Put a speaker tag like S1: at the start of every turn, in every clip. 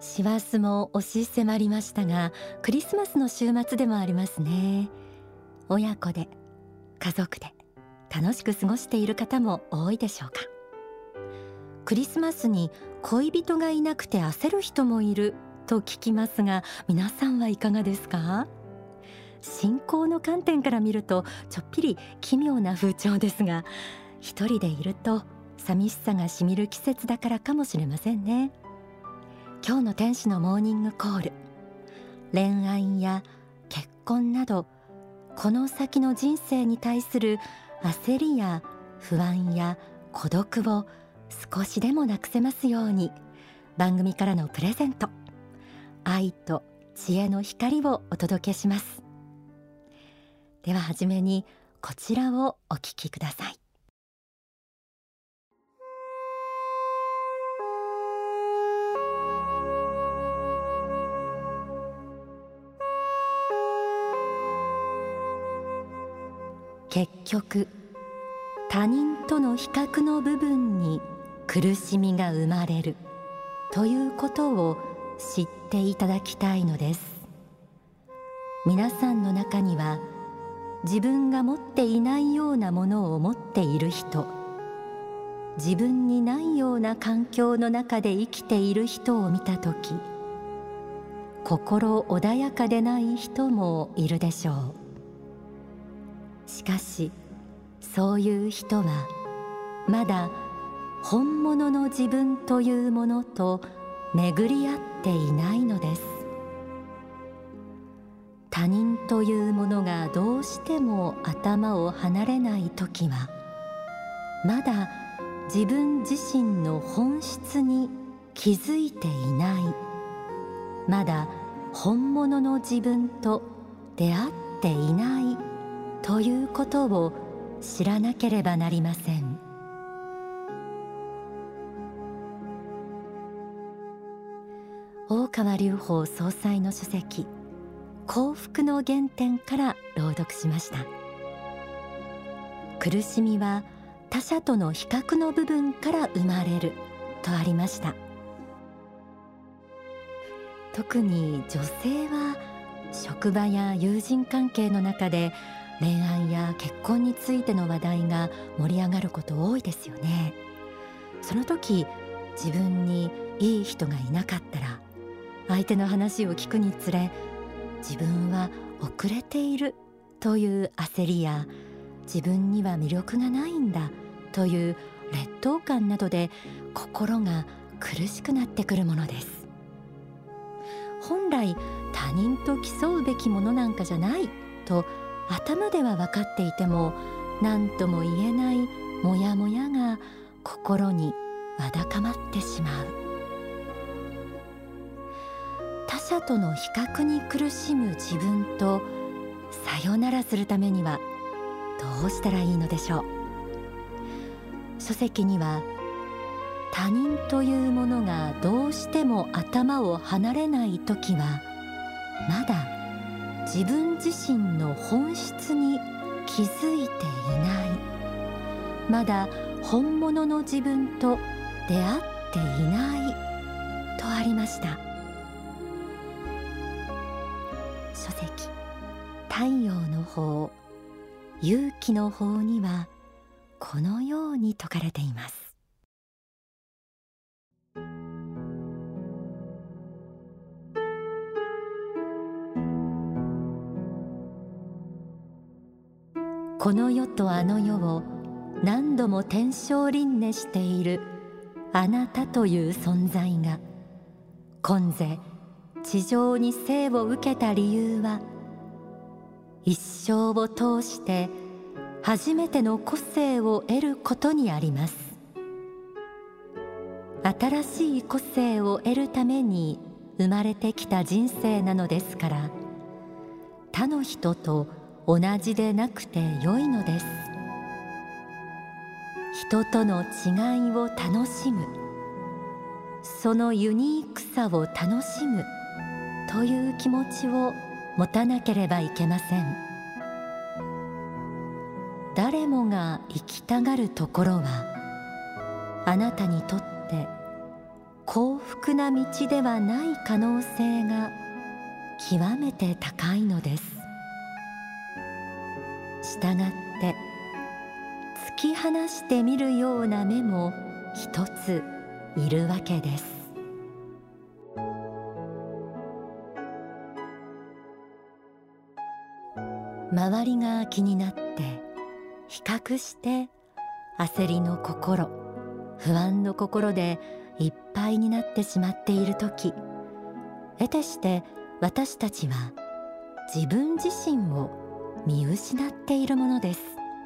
S1: 師走も押し迫りましたが、クリスマスの週末でもありますね。親子で家族で楽しく過ごしている方も多いでしょうか。クリスマスに恋人がいなくて焦る人もいると聞きますが、皆さんはいかがですか？信仰の観点から見るとちょっぴり奇妙な風潮ですが、一人でいると寂しさがしみる季節だからかもしれませんね。今日の天使のモーニングコール、恋愛や結婚などこの先の人生に対する焦りや不安や孤独を少しでもなくせますように、番組からのプレゼント、愛と知恵の光をお届けします。でははじめにこちらをお聞きください。結局、他人との比較の部分に苦しみが生まれるということを知っていただきたいのです。皆さんの中には自分が持っていないようなものを持っている人、自分にないような環境の中で生きている人を見たとき、心穏やかでない人もいるでしょう。しかしそういう人はまだ本物の自分というものと巡り合っていないのです。他人というものがどうしても頭を離れないときは、まだ自分自身の本質に気づいていない、まだ本物の自分と出会っていないということを知らなければなりません。大川隆法総裁の書籍、幸福の原点から朗読しました。苦しみは他者との比較の部分から生まれるとありました。特に女性は職場や友人関係の中で恋愛や結婚についての話題が盛り上がること多いですよね。その時、自分にいい人がいなかったら、相手の話を聞くにつれ、自分は遅れているという焦りや、自分には魅力がないんだという劣等感などで心が苦しくなってくるものです。本来他人と競うべきものなんかじゃないと頭では分かっていても、何とも言えないモヤモヤが心にわだかまってしまう。他者との比較に苦しむ自分とさよならするためにはどうしたらいいのでしょう。書籍には、他人というものがどうしても頭を離れないときは、まだ自分自身の本質に気づいていない、まだ本物の自分と出会っていないとありました。書籍、太陽の方、勇気の方にはこのように説かれています。この世とあの世を何度も天正輪廻しているあなたという存在が、今世地上に生を受けた理由は、一生を通して初めての個性を得ることにあります。新しい個性を得るために生まれてきた人生なのですから、他の人と同じでなくてよいのです。人との違いを楽しむ、そのユニークさを楽しむという気持ちを持たなければいけません。誰もが行きたがるところは、あなたにとって幸福な道ではない可能性が極めて高いのです。したがって突き放してみるような目も一ついるわけです。周りが気になって比較して焦りの心、不安の心でいっぱいになってしまっているとき、得てして私たちは自分自身を見失っているものです。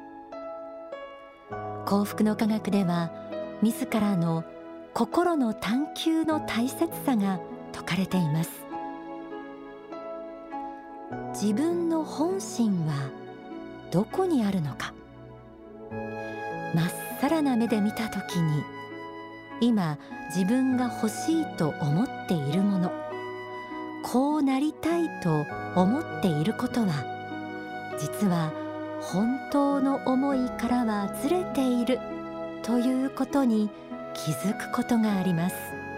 S1: 幸福の科学では自らの心の探求の大切さが説かれています。自分の本心はどこにあるのか、まっさらな目で見たときに、今自分が欲しいと思っているもの、こうなりたいと思っていることは、実は本当の思いからはずれているということに気づくことがあります。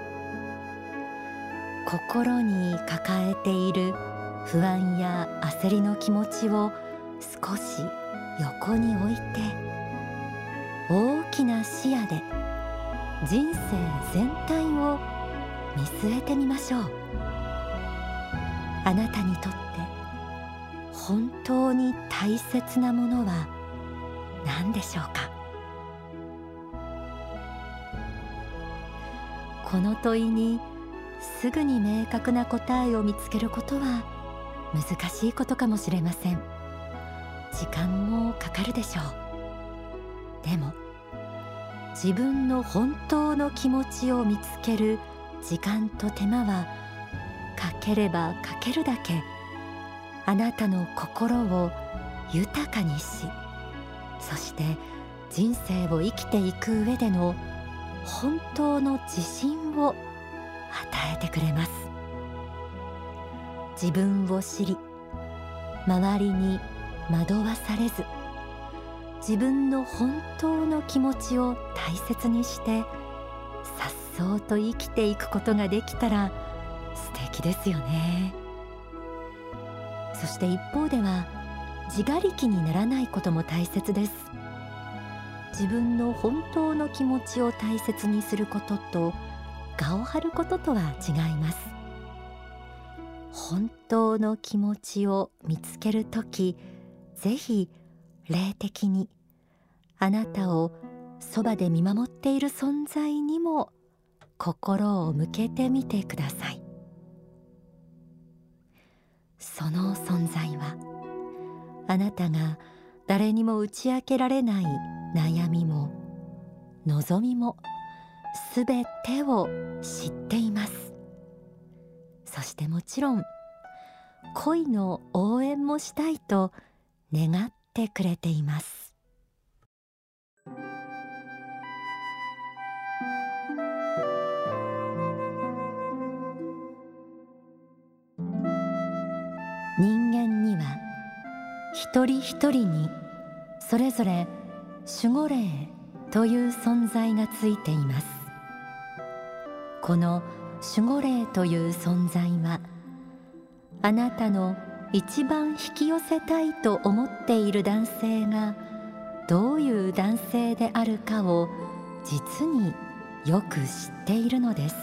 S1: 心に抱えている不安や焦りの気持ちを少し横に置いて、大きな視野で人生全体を見据えてみましょう。あなたにとって本当に大切なものは何でしょうか。この問いにすぐに明確な答えを見つけることは難しいことかもしれません。時間もかかるでしょう。でも自分の本当の気持ちを見つける時間と手間はかければかけるだけ、あなたの心を豊かにし、そして人生を生きていく上での本当の自信を与えてくれます。自分を知り、周りに惑わされず、自分の本当の気持ちを大切にして颯爽と生きていくことができたら素敵ですよね。そして一方では自我力にならないことも大切です。自分の本当の気持ちを大切にすることと我を張ることとは違います。本当の気持ちを見つけるとき、ぜひ霊的にあなたをそばで見守っている存在にも心を向けてみてください。その存在はあなたが誰にも打ち明けられない悩みも望みもすべてを知っています。そしてもちろん恋の応援もしたいと願ってくれています。人間には一人一人にそれぞれ守護霊という存在がついています。この守護霊という存在はあなたの一番引き寄せたいと思っている男性がどういう男性であるかを実によく知っているのです。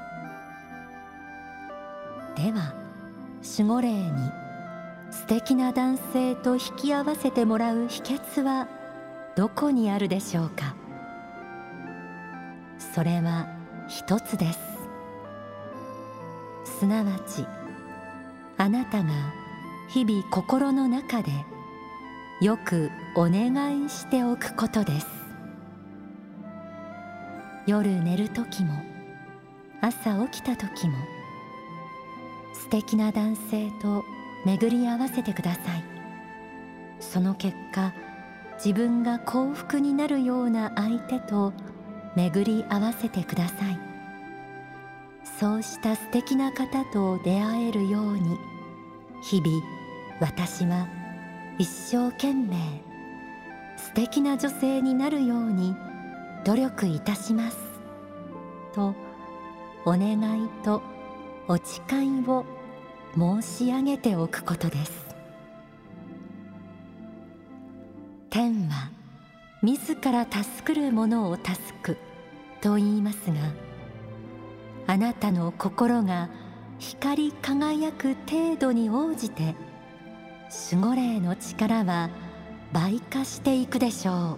S1: では守護霊に素敵な男性と引き合わせてもらう秘訣はどこにあるでしょうか。それは一つです。すなわちあなたが日々心の中でよくお願いしておくことです。夜寝る時も朝起きた時も素敵な男性と巡り合わせてください。その結果、自分が幸福になるような相手と巡り合わせてください。そうした素敵な方と出会えるように、日々私は一生懸命素敵な女性になるように努力いたしますとお願いとお誓いを申し上げておくことです。天は自ら助くる者を助くと言いますが、あなたの心が光り輝く程度に応じて守護霊の力は倍化していくでしょう。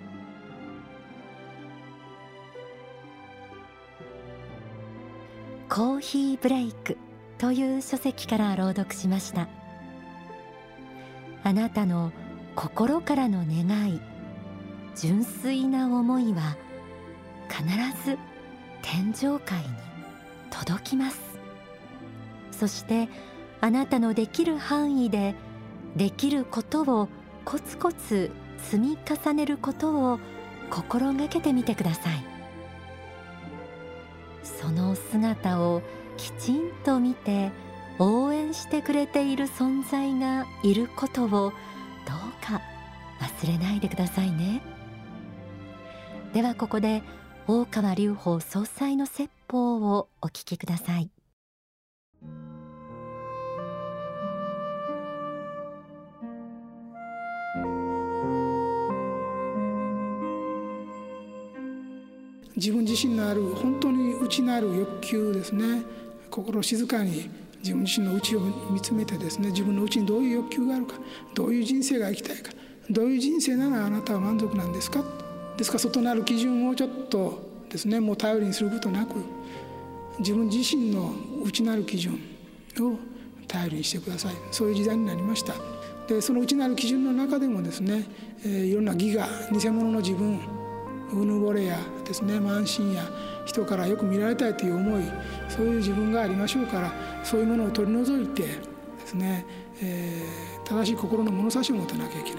S1: コーヒーブレイクという書籍から朗読しました。あなたの心からの願い、純粋な思いは必ず天上界に届きます。そしてあなたのできる範囲でできることをコツコツ積み重ねることを心がけてみてください。その姿をきちんと見て応援してくれている存在がいることをどうか忘れないでくださいね。ではここで大川隆法総裁の説法をお聞きください。
S2: 自分自身のある本当に内なる欲求ですね。心静かに自分自身の内を見つめてですね、自分の内にどういう欲求があるか、どういう人生が生きたいか、どういう人生ならあなたは満足なんですか。ですから外なる基準をちょっとですね、もう頼りにすることなく、自分自身の内なる基準を頼りにしてください。そういう時代になりました。でその内なる基準の中でもですね、いろんな偽が偽物の自分、うぬぼれやですね、慢心や人からよく見られたいという思い、そういう自分がありましょうから、そういうものを取り除いてですね、正しい心の物差しを持たなきゃいけない。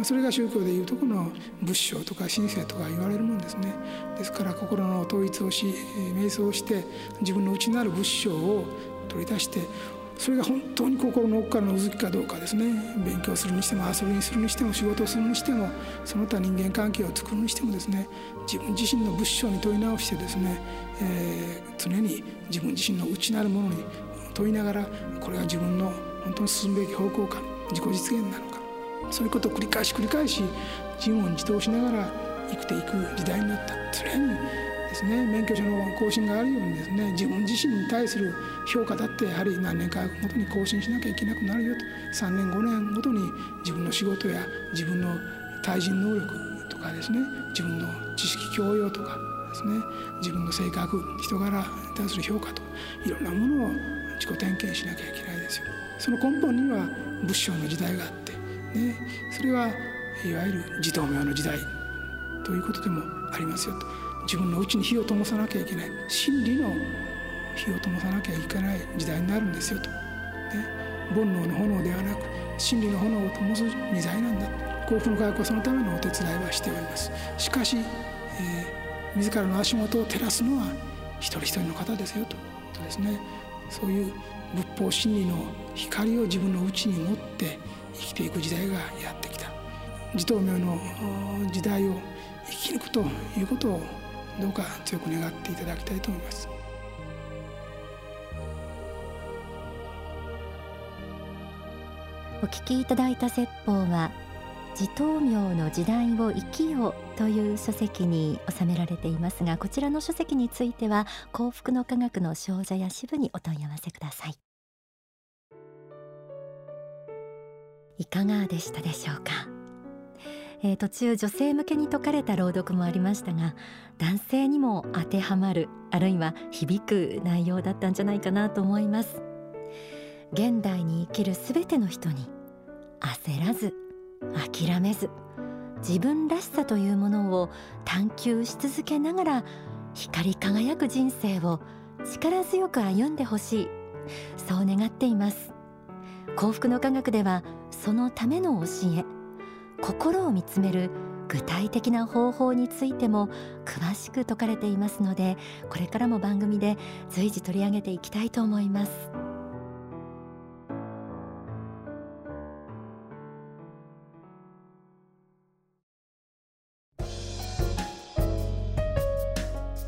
S2: それが宗教でいうとこの仏性とか神聖とか言われるもんですね。ですから心の統一をし、瞑想をして自分の内なる仏性を取り出して、それが本当に心の奥からのうずきかどうかですね。勉強するにしても遊びにするにしても仕事をするにしても、その他人間関係を作るにしてもですね、自分自身の仏性に問い直してですね、常に自分自身の内なるものに問いながら、これが自分の本当に進むべき方向か、自己実現なのか、そういうことを繰り返し自問自答しながら生きていく時代になった。常にですね、免許証の更新があるようにですね、自分自身に対する評価だってやはり何年かごとに更新しなきゃいけなくなるよと。3年5年ごとに自分の仕事や自分の対人能力とかですね、自分の知識教養とかですね、自分の性格人柄に対する評価と、いろんなものを自己点検しなきゃいけないですよ。その根本には仏性の時代があってね、それはいわゆる自灯明の時代ということでもありますよと。自分の内に火を灯さなきゃいけない、真理の火を灯さなきゃいけない時代になるんですよと、ね、煩悩の炎ではなく真理の炎を灯す御座なんだ。幸福の科学はそのためのお手伝いはしております。しかし、自らの足元を照らすのは一人一人の方ですよとですね、そういう仏法真理の光を自分の内に持って生きていく時代がやってきた。自灯明の時代を生き抜くということをどうか強く願っていただきたいと思います。
S1: お聞きいただいた説法は自灯明の時代を生きよという書籍に収められていますが、こちらの書籍については幸福の科学の少女や支部にお問い合わせください。いかがでしたでしょうか。途中女性向けに説かれた朗読もありましたが、男性にも当てはまる、あるいは響く内容だったんじゃないかなと思います。現代に生きるすべての人に焦らず諦めず、自分らしさというものを探求し続けながら光り輝く人生を力強く歩んでほしい、そう願っています。幸福の科学ではそのための教え、心を見つめる具体的な方法についても詳しく説かれていますので、これからも番組で随時取り上げていきたいと思います。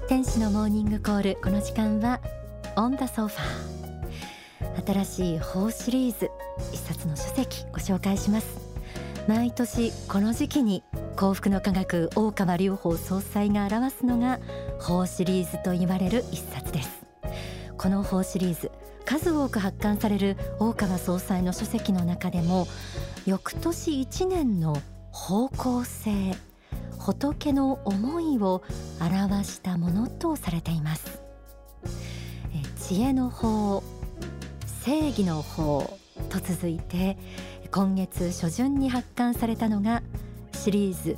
S1: 天使のモーニングコール、この時間はオンダソファー、新しい法シリーズ一冊の書籍ご紹介します。毎年この時期に幸福の科学大川隆法総裁が表すのが法シリーズと言われる一冊です。この法シリーズ、数多く発刊される大川総裁の書籍の中でも翌年1年の方向性、仏の思いを表したものとされています。知恵の法、正義の法と続いて、今月初旬に発刊されたのがシリーズ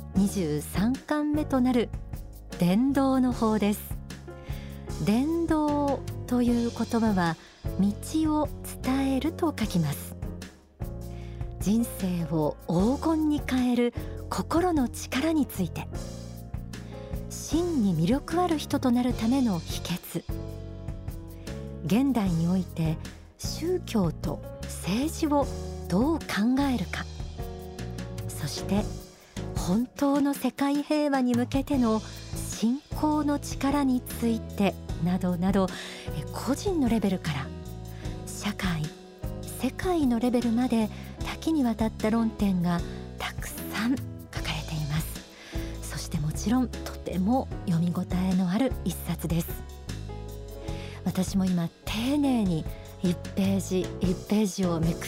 S1: 23巻目となる伝道の法です。伝道という言葉は道を伝えると書きます。人生を黄金に変える心の力について、真に魅力ある人となるための秘訣、現代において宗教と政治をどう考えるか、そして本当の世界平和に向けての信仰の力についてなどなど、個人のレベルから社会、世界のレベルまで多岐にわたった論点がたくさん書かれています。そしてもちろんとても読み応えのある一冊です。私も今丁寧に1ページ1ページをめくって、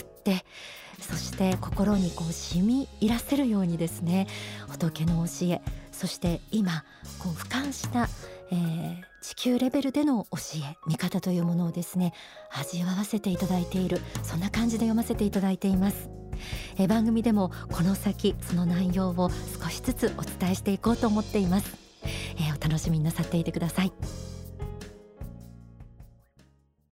S1: そして心に染み入らせるようにですね、仏の教え、そして今俯瞰した地球レベルでの教え、見方というものをですね、味わわせていただいている、そんな感じで読ませていただいています。番組でもこの先その内容を少しずつお伝えしていこうと思っています。お楽しみになさっていてください。